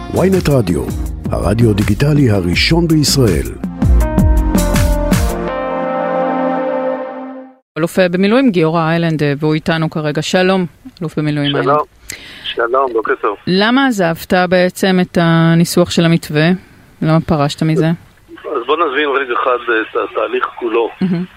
ynet רדיו, הרדיו דיגיטלי הראשון בישראל. אלוף במילואים גיורא איילנד, והוא איתנו כרגע. שלום, אלוף במילואים איילנד. שלום, בוקר טוב. למה עזבת בעצם את הניסוח של המתווה? למה פרשת מזה? אז בוא נזמין רגע אחד את התהליך כולו.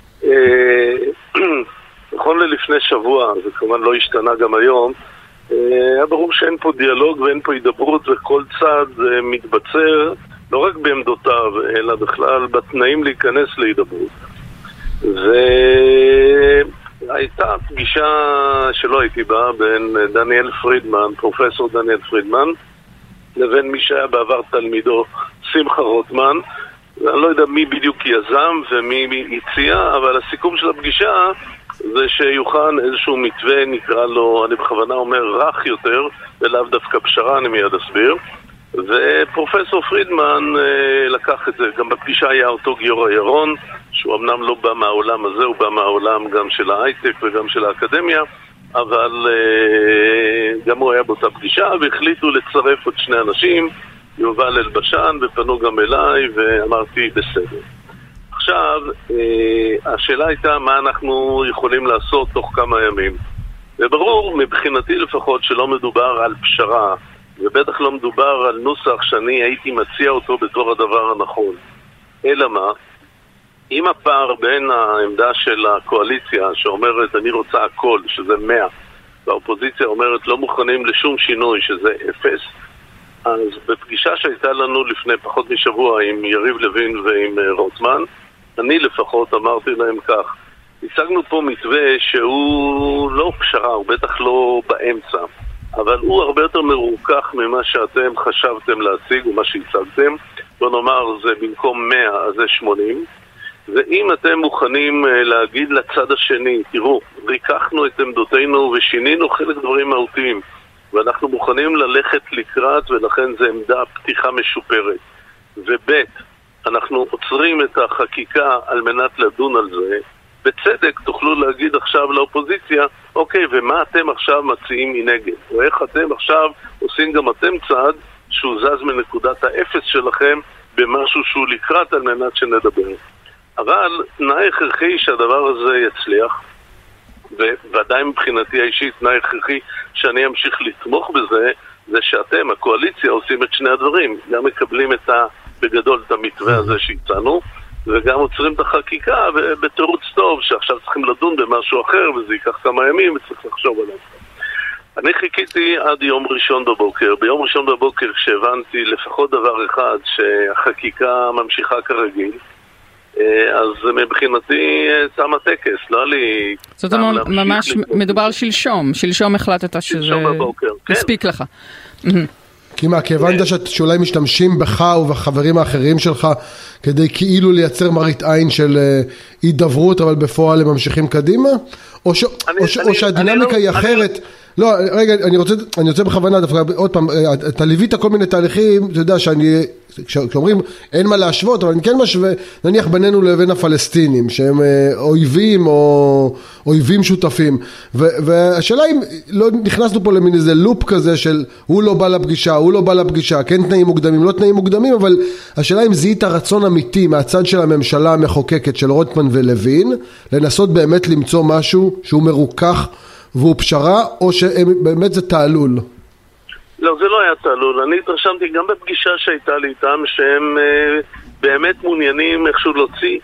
נכון ללפני שבוע, זה כמובן לא השתנה גם היום, היה ברור שאין פה דיאלוג ואין פה הידברות, וכל צד מתבצר לא רק בעמדותיו, אלא בכלל בתנאים להיכנס להידברות. והייתה פגישה שלא הייתי בה בין דניאל פרידמן, פרופסור דניאל פרידמן, לבין מי שהיה בעבר תלמידו שמחה רוטמן. אני לא יודע מי בדיוק יזם ומי הציע, אבל הסיכום של הפגישה זה שיוכן איזשהו מתווה, נקרא לו, אני בכוונה אומר רך יותר, ולאו דווקא פשרה, אני מיד אסביר. ופרופסור פרידמן לקח את זה. גם בפגישה היה אותו גיורא ירון, שהוא אמנם לא בא מהעולם הזה, הוא בא מהעולם גם של ההייטק וגם של האקדמיה, אבל גם הוא היה באותה פגישה, והחליטו לצרף עוד שני אנשים, יובל אלבשן, ופנו גם אליי, ואמרתי בסדר. עכשיו, השאלה הייתה מה אנחנו יכולים לעשות תוך כמה ימים. וברור, מבחינתי לפחות, שלא מדובר על פשרה, ובטח לא מדובר על נוסח שאני הייתי מציע אותו בתור הדבר הנכון. אלא מה? אם הפער בין העמדה של הקואליציה שאומרת אני רוצה הכל, שזה 100, והאופוזיציה אומרת לא מוכנים לשום שינוי, שזה 0, אז בפגישה שהייתה לנו לפני פחות משבוע עם יריב לוין ועם רוטמן, אני לפחות אמרתי להם כך, הצגנו פה מתווה שהוא לא פשרה, הוא בטח לא באמצע, אבל הוא הרבה יותר מרוכך ממה שאתם חשבתם להציג ומה שהצגתם. בוא נאמר, זה במקום 100, אז זה 80. ואם אתם מוכנים להגיד לצד השני, תראו, ריככנו את עמדותינו ושינינו חלק דברים מהותיים, ואנחנו מוכנים ללכת לקראת, ולכן זה עמדה פתיחה משופרת. וב' אנחנו עוצרים את החקיקה על מנת לדון על זה, בצדק תוכלו להגיד עכשיו לאופוזיציה, אוקיי, ומה אתם עכשיו מציעים מנגד? או איך אתם עכשיו עושים גם אתם צעד שהוא זז מנקודת האפס שלכם במשהו שהוא לקראת על מנת שנדבר. אבל תנאי הכרחי שהדבר הזה יצליח, וודאי מבחינתי האישית תנאי הכרחי שאני אמשיך לתמוך בזה, זה שאתם, הקואליציה, עושים את שני הדברים. גם מקבלים בגדול את המתווה הזה שהצענו, וגם עוצרים את החקיקה בתירוץ טוב שעכשיו צריכים לדון במשהו אחר וזה ייקח כמה ימים וצריך לחשוב עליו. אני חיכיתי עד יום ראשון בבוקר. ביום ראשון בבוקר כשהבנתי לפחות דבר אחד, שהחקיקה ממשיכה כרגיל, אז מבחינתי תם הטקס, לא לי... זאת אומרת, ממש מדובר על שלשום. שלשום החלטת שזה מספיק לך. כי מה, כי הבנת שאולי משתמשים בך ובחברים האחרים שלך כדי כאילו לייצר מראית עין של הידברות, אבל בפועל הם ממשיכים קדימה? או שהדינמיקה היא אחרת? לא, רגע, אני רוצה בכוונה דווקא, עוד פעם, אתה ליווית כל מיני תהליכים, אתה יודע כשאומרים אין מה להשוות, אבל אני כן משווה, נניח בינינו לבין הפלסטינים, שהם אויבים או אויבים שותפים, והשאלה אם לא נכנסנו פה למין איזה לופ כזה של הוא לא בא לפגישה, הוא לא בא לפגישה, כן תנאים מוקדמים, לא תנאים מוקדמים, אבל השאלה אם זיהית רצון אמיתי מהצד של הממשלה המחוקקת של רוטמן ולוין, לנסות באמת למצוא משהו שהוא מרוכך והוא פשרה, או שבאמת זה תעלול? לא, זה לא היה תעלול. אני התרשמתי גם בפגישה שהייתה לי איתם, שהם באמת מעוניינים איכשהו להוציא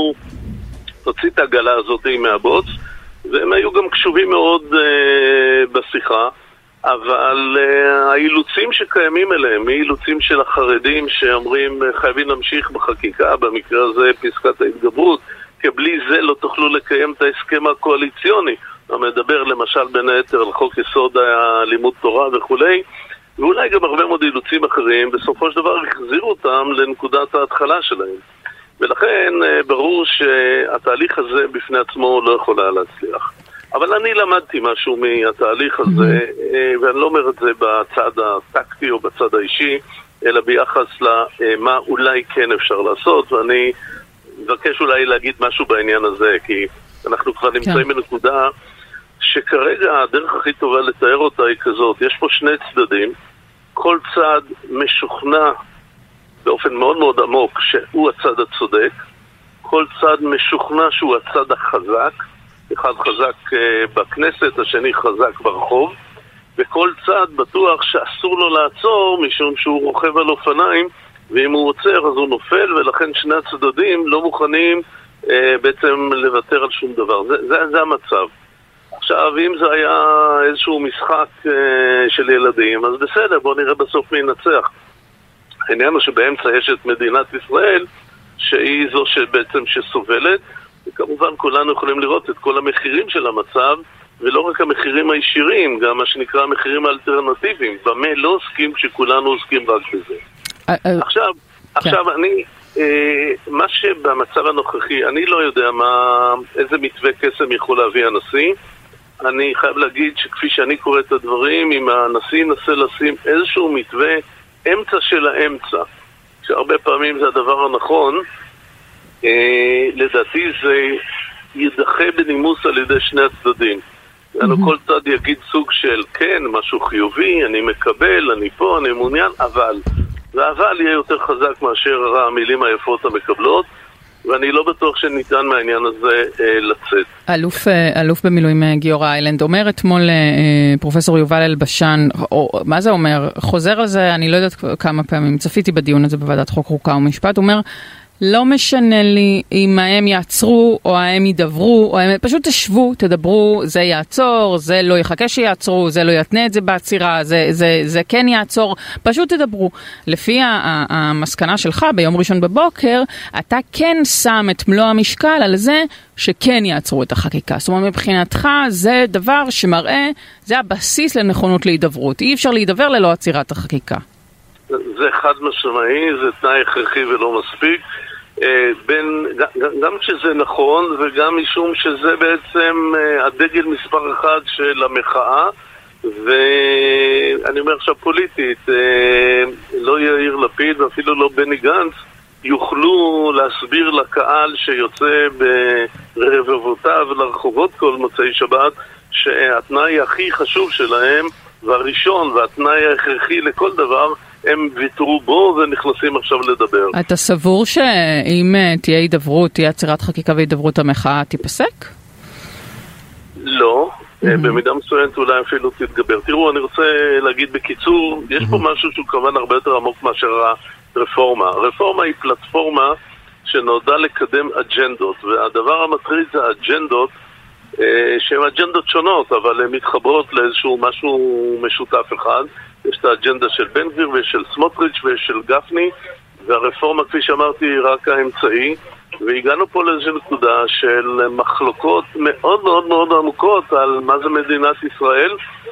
את הגלה הזאת מהבוץ, והם היו גם קשובים מאוד בשיחה, אבל האילוצים שקיימים אליהם, האילוצים של החרדים שאומרים חייבים להמשיך בחקיקה, במקרה הזה פסקת ההתגברות, כי בלי זה לא תוכלו לקיים את ההסכם הקואליציוני. מדבר למשל בין היתר על חוק יסוד הלימוד תורה וכולי, ואולי גם הרבה מאוד אילוצים אחרים, בסופו של דבר החזירו אותם לנקודת ההתחלה שלהם. ולכן ברור שהתהליך הזה בפני עצמו לא יכול היה להצליח. אבל אני למדתי משהו מהתהליך הזה, ואני לא אומר את זה בצד הטקטי או בצד האישי, אלא ביחס למה אולי כן אפשר לעשות, ואני מבקש אולי להגיד משהו בעניין הזה, כי אנחנו כבר נמצאים בנקודה שכרגע הדרך הכי טובה לתאר אותה היא כזאת, יש פה שני צדדים, כל צד משוכנע באופן מאוד מאוד עמוק שהוא הצד הצודק, כל צד משוכנע שהוא הצד החזק, אחד חזק בכנסת, השני חזק ברחוב, וכל צד בטוח שאסור לו לעצור משום שהוא רוכב על אופניים, ואם הוא עוצר אז הוא נופל, ולכן שני הצדדים לא מוכנים בעצם לוותר על שום דבר. זה המצב. עכשיו, אם זה היה איזשהו משחק של ילדים, אז בסדר, בואו נראה בסוף מי ינצח. העניין הוא שבאמצע יש את מדינת ישראל, שהיא זו שבעצם שסובלת, וכמובן כולנו יכולים לראות את כל המחירים של המצב, ולא רק המחירים הישירים, גם מה שנקרא המחירים האלטרנטיביים. במה לא עוסקים כשכולנו עוסקים רק בזה. עכשיו אני, מה שבמצב הנוכחי, אני לא יודע איזה מתווה קסם יכול להביא הנשיא. אני חייב להגיד שכפי שאני קורא את הדברים, אם הנשיא ינסה לשים איזשהו מתווה אמצע של האמצע, שהרבה פעמים זה הדבר הנכון, לדעתי זה יידחה בנימוס על ידי שני הצדדים. כל צד יגיד סוג של כן, משהו חיובי, אני מקבל, אני פה, אני מעוניין, אבל. והאבל יהיה יותר חזק מאשר המילים היפות המקבלות, ואני לא בטוח שניתן מהעניין הזה לצאת. אלוף במילואים גיורא איילנד, אומר אתמול פרופסור יובל אלבשן, מה זה אומר? חוזר על זה, אני לא יודעת כמה פעמים, צפיתי בדיון הזה בוועדת חוק חוקה ומשפט, אומר, לא משנה לי אם הם יעצרו או הם ידברו, או הם פשוט תשבו, תדברו, זה יעצור, זה לא יחכה שיעצרו, זה לא יתנה את זה בעצירה, זה כן יעצור, פשוט תדברו. לפי המסקנה שלך ביום ראשון בבוקר, אתה כן שם את מלוא המשקל על זה שכן יעצרו את החקיקה. זאת אומרת, מבחינתך זה דבר שמראה, זה הבסיס לנכונות להידברות. אי אפשר להידבר ללא עצירת החקיקה. זה חד משמעי, זה תנאי הכרחי ולא מספיק. גם שזה נכון וגם משום שזה בעצם הדגל מספר אחד של המחאה, ואני אומר עכשיו פוליטית, לא יאיר לפיד ואפילו לא בני גנץ יוכלו להסביר לקהל שיוצא ברבבותיו לרחובות כל מוצאי שבת שהתנאי הכי חשוב שלהם והראשון והתנאי ההכרחי לכל דבר הם ויתרו בו ונכנסים עכשיו לדבר. אתה סבור שאם תהיה הידברות, תהיה עצירת חקיקה והידברות המחאה, תיפסק? לא, במידה מסוימת אולי אפילו תתגבר. תראו, אני רוצה להגיד בקיצור, יש פה משהו שהוא כמובן הרבה יותר עמוק מאשר הרפורמה. הרפורמה היא פלטפורמה שנועדה לקדם אג'נדות, והדבר המטריד זה אג'נדות שהן אג'נדות שונות, אבל הן מתחברות לאיזשהו משהו משותף אחד. יש את האג'נדה של בן גביר ושל סמוטריץ' ושל גפני, והרפורמה, כפי שאמרתי, היא רק האמצעי, והגענו פה לאיזושהי נקודה של מחלוקות מאוד מאוד מאוד עמוקות על מה זה מדינת ישראל,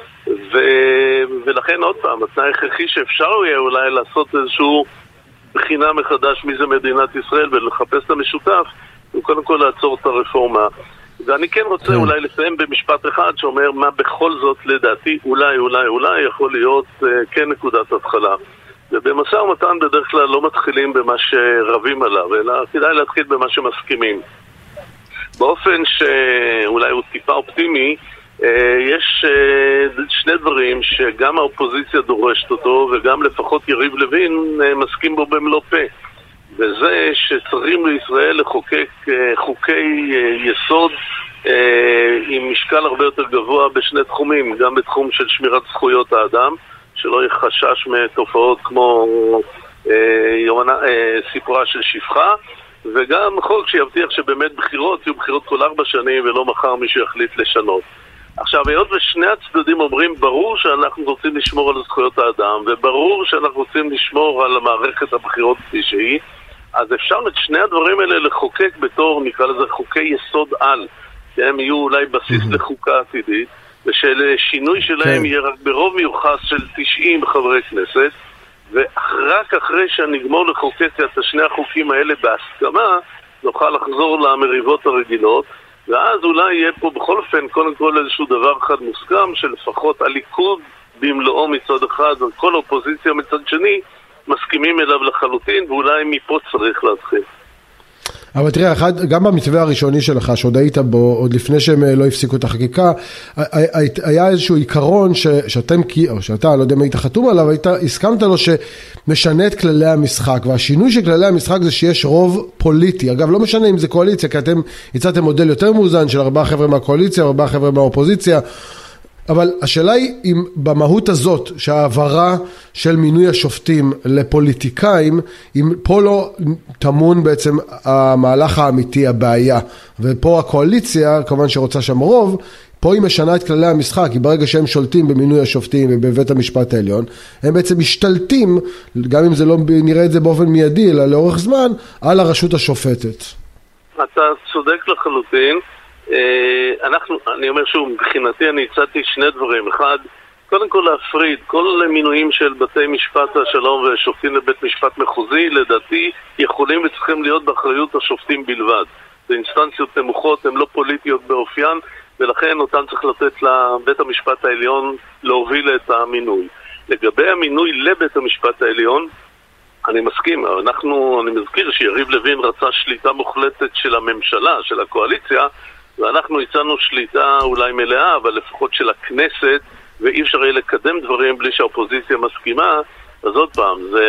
ולכן עוד פעם, התנאי הכרחי שאפשר יהיה אולי לעשות איזשהו בחינה מחדש מי זה מדינת ישראל ולחפש את המשותף, וקודם כל לעצור את הרפורמה. ואני כן רוצה אולי לסיים במשפט אחד שאומר מה בכל זאת לדעתי אולי יכול להיות כן נקודת התחלה. ובמשא ומתן בדרך כלל לא מתחילים במה שרבים עליו, אלא כדאי להתחיל במה שמסכימים. באופן שאולי הוא טיפה אופטימי, יש שני דברים שגם האופוזיציה דורשת אותו וגם לפחות יריב לוין מסכים בו במלוא פה. וזה שצריכים לישראל לחוקק חוקי יסוד עם משקל הרבה יותר גבוה בשני תחומים, גם בתחום של שמירת זכויות האדם, שלא יהיה חשש מתופעות כמו סיפורה של שפחה, וגם חוק שיבטיח שבאמת בחירות יהיו בחירות כל 4 שנים ולא מחר מישהו יחליט לשנות. עכשיו, היות ושני הצדדים אומרים, ברור שאנחנו רוצים לשמור על זכויות האדם, וברור שאנחנו רוצים לשמור על מערכת הבחירות כפי שהיא, אז אפשר את שני הדברים האלה לחוקק בתור, נקרא לזה, חוקי יסוד על, שהם יהיו אולי בסיס לחוקה עתידית, וששינוי שלהם יהיה רק ברוב מיוחס של 90 חברי כנסת, ורק אחרי שנגמור לחוקק את שני החוקים האלה בהסכמה, נוכל לחזור למריבות הרגילות, ואז אולי יהיה פה בכל אופן קודם כל איזשהו דבר אחד מוסכם, שלפחות הליכוד במלואו מצד אחד וכל האופוזיציה מצד שני מסכימים אליו לחלוטין, ואולי מפה צריך להתחיל. אבל תראה, גם במתווה הראשוני שלך, שעוד היית בו, עוד לפני שהם לא הפסיקו את החקיקה, היה איזשהו עיקרון שאתם, או שאתה, לא יודע אם היית חתום עליו, הסכמת לו שמשנה את כללי המשחק, והשינוי של כללי המשחק זה שיש רוב פוליטי. אגב, לא משנה אם זה קואליציה, כי אתם הצעתם מודל יותר מאוזן של 4 חבר'ה מהקואליציה, 4 חבר'ה מהאופוזיציה, אבל השאלה היא אם במהות הזאת שהעברה של מינוי השופטים לפוליטיקאים, אם פה לא תמון בעצם המהלך האמיתי, הבעיה, ופה הקואליציה, כמובן שרוצה שם רוב, פה היא משנה את כללי המשחק, כי ברגע שהם שולטים במינוי השופטים ובבית המשפט העליון, הם בעצם משתלטים, גם אם זה לא נראה את זה באופן מיידי, אלא לאורך זמן, על הרשות השופטת. אתה צודק לחלוטין. אני אומר שוב, מבחינתי אני הצעתי 2 דברים. אחד, קודם כל להפריד, כל מינויים של בתי משפט השלום ושופטים לבית משפט מחוזי, לדעתי יכולים וצריכים להיות באחריות השופטים בלבד. זה אינסטנציות נמוכות, הן לא פוליטיות באופיין, ולכן אותן צריך לתת לבית המשפט העליון להוביל את המינוי. לגבי המינוי לבית המשפט העליון, אני מסכים, אני מזכיר שיריב לוין רצה שליטה מוחלטת של הממשלה, של הקואליציה, ואנחנו הצענו שליטה אולי מלאה, אבל לפחות של הכנסת, ואי אפשר יהיה לקדם דברים בלי שהאופוזיציה מסכימה. אז עוד פעם, זה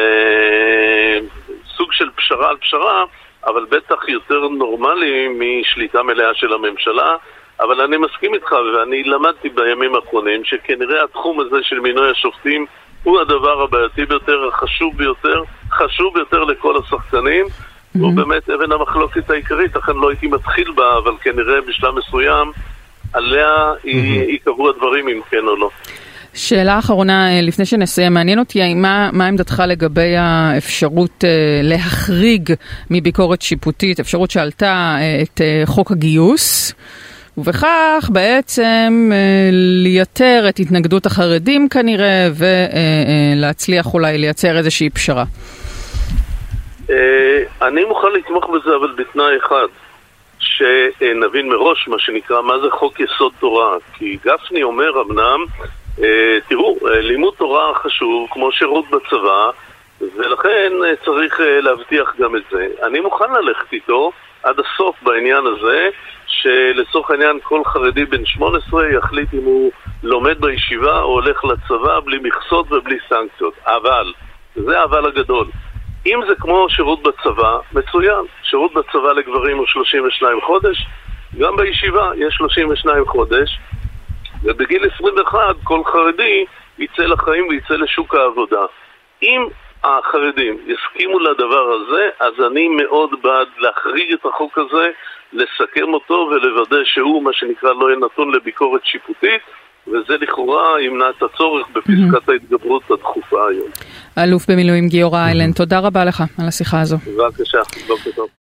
סוג של פשרה על פשרה, אבל בטח יותר נורמלי משליטה מלאה של הממשלה. אבל אני מסכים איתך, ואני למדתי בימים האחרונים שכנראה התחום הזה של מינוי השופטים הוא הדבר הבעייתי ביותר, חשוב ביותר לכל השחקנים, הוא באמת אבן המחלוקת העיקרית, לכן לא הייתי מתחיל בה, אבל כנראה בשלב מסוים עליה יקבעו הדברים אם כן או לא. שאלה אחרונה, לפני שנסיים, מעניין אותי, מה עמדתך לגבי האפשרות להחריג מביקורת שיפוטית, אפשרות שעלתה את חוק הגיוס, ובכך בעצם לייתר את התנגדות החרדים כנראה, ולהצליח אולי לייצר איזושהי פשרה. אני מוכן לתמוך בזה, אבל בתנאי אחד, שנבין מראש מה שנקרא, מה זה חוק יסוד תורה. כי גפני אומר אמנם, תראו, לימוד תורה חשוב כמו שירות בצבא, ולכן צריך להבטיח גם את זה. אני מוכן ללכת איתו עד הסוף בעניין הזה, שלצורך העניין כל חרדי בן 18 יחליט אם הוא לומד בישיבה או הולך לצבא בלי מכסות ובלי סנקציות. אבל, זה האבל הגדול. אם זה כמו שירות בצבא, מצוין. שירות בצבא לגברים הוא 32 חודש, גם בישיבה יש 32 חודש, ובגיל 21 כל חרדי יצא לחיים ויצא לשוק העבודה. אם החרדים יסכימו לדבר הזה, אז אני מאוד בעד להחריג את החוק הזה, לסכם אותו ולוודא שהוא מה שנקרא לא יהיה נתון לביקורת שיפוטית, וזה לכאורה ימנע את הצורך בפסקת ההתגברות הדחופה היום. אלוף במילואים גיורא איילנד, תודה רבה לך על השיחה הזו. בבקשה, בוקר טוב.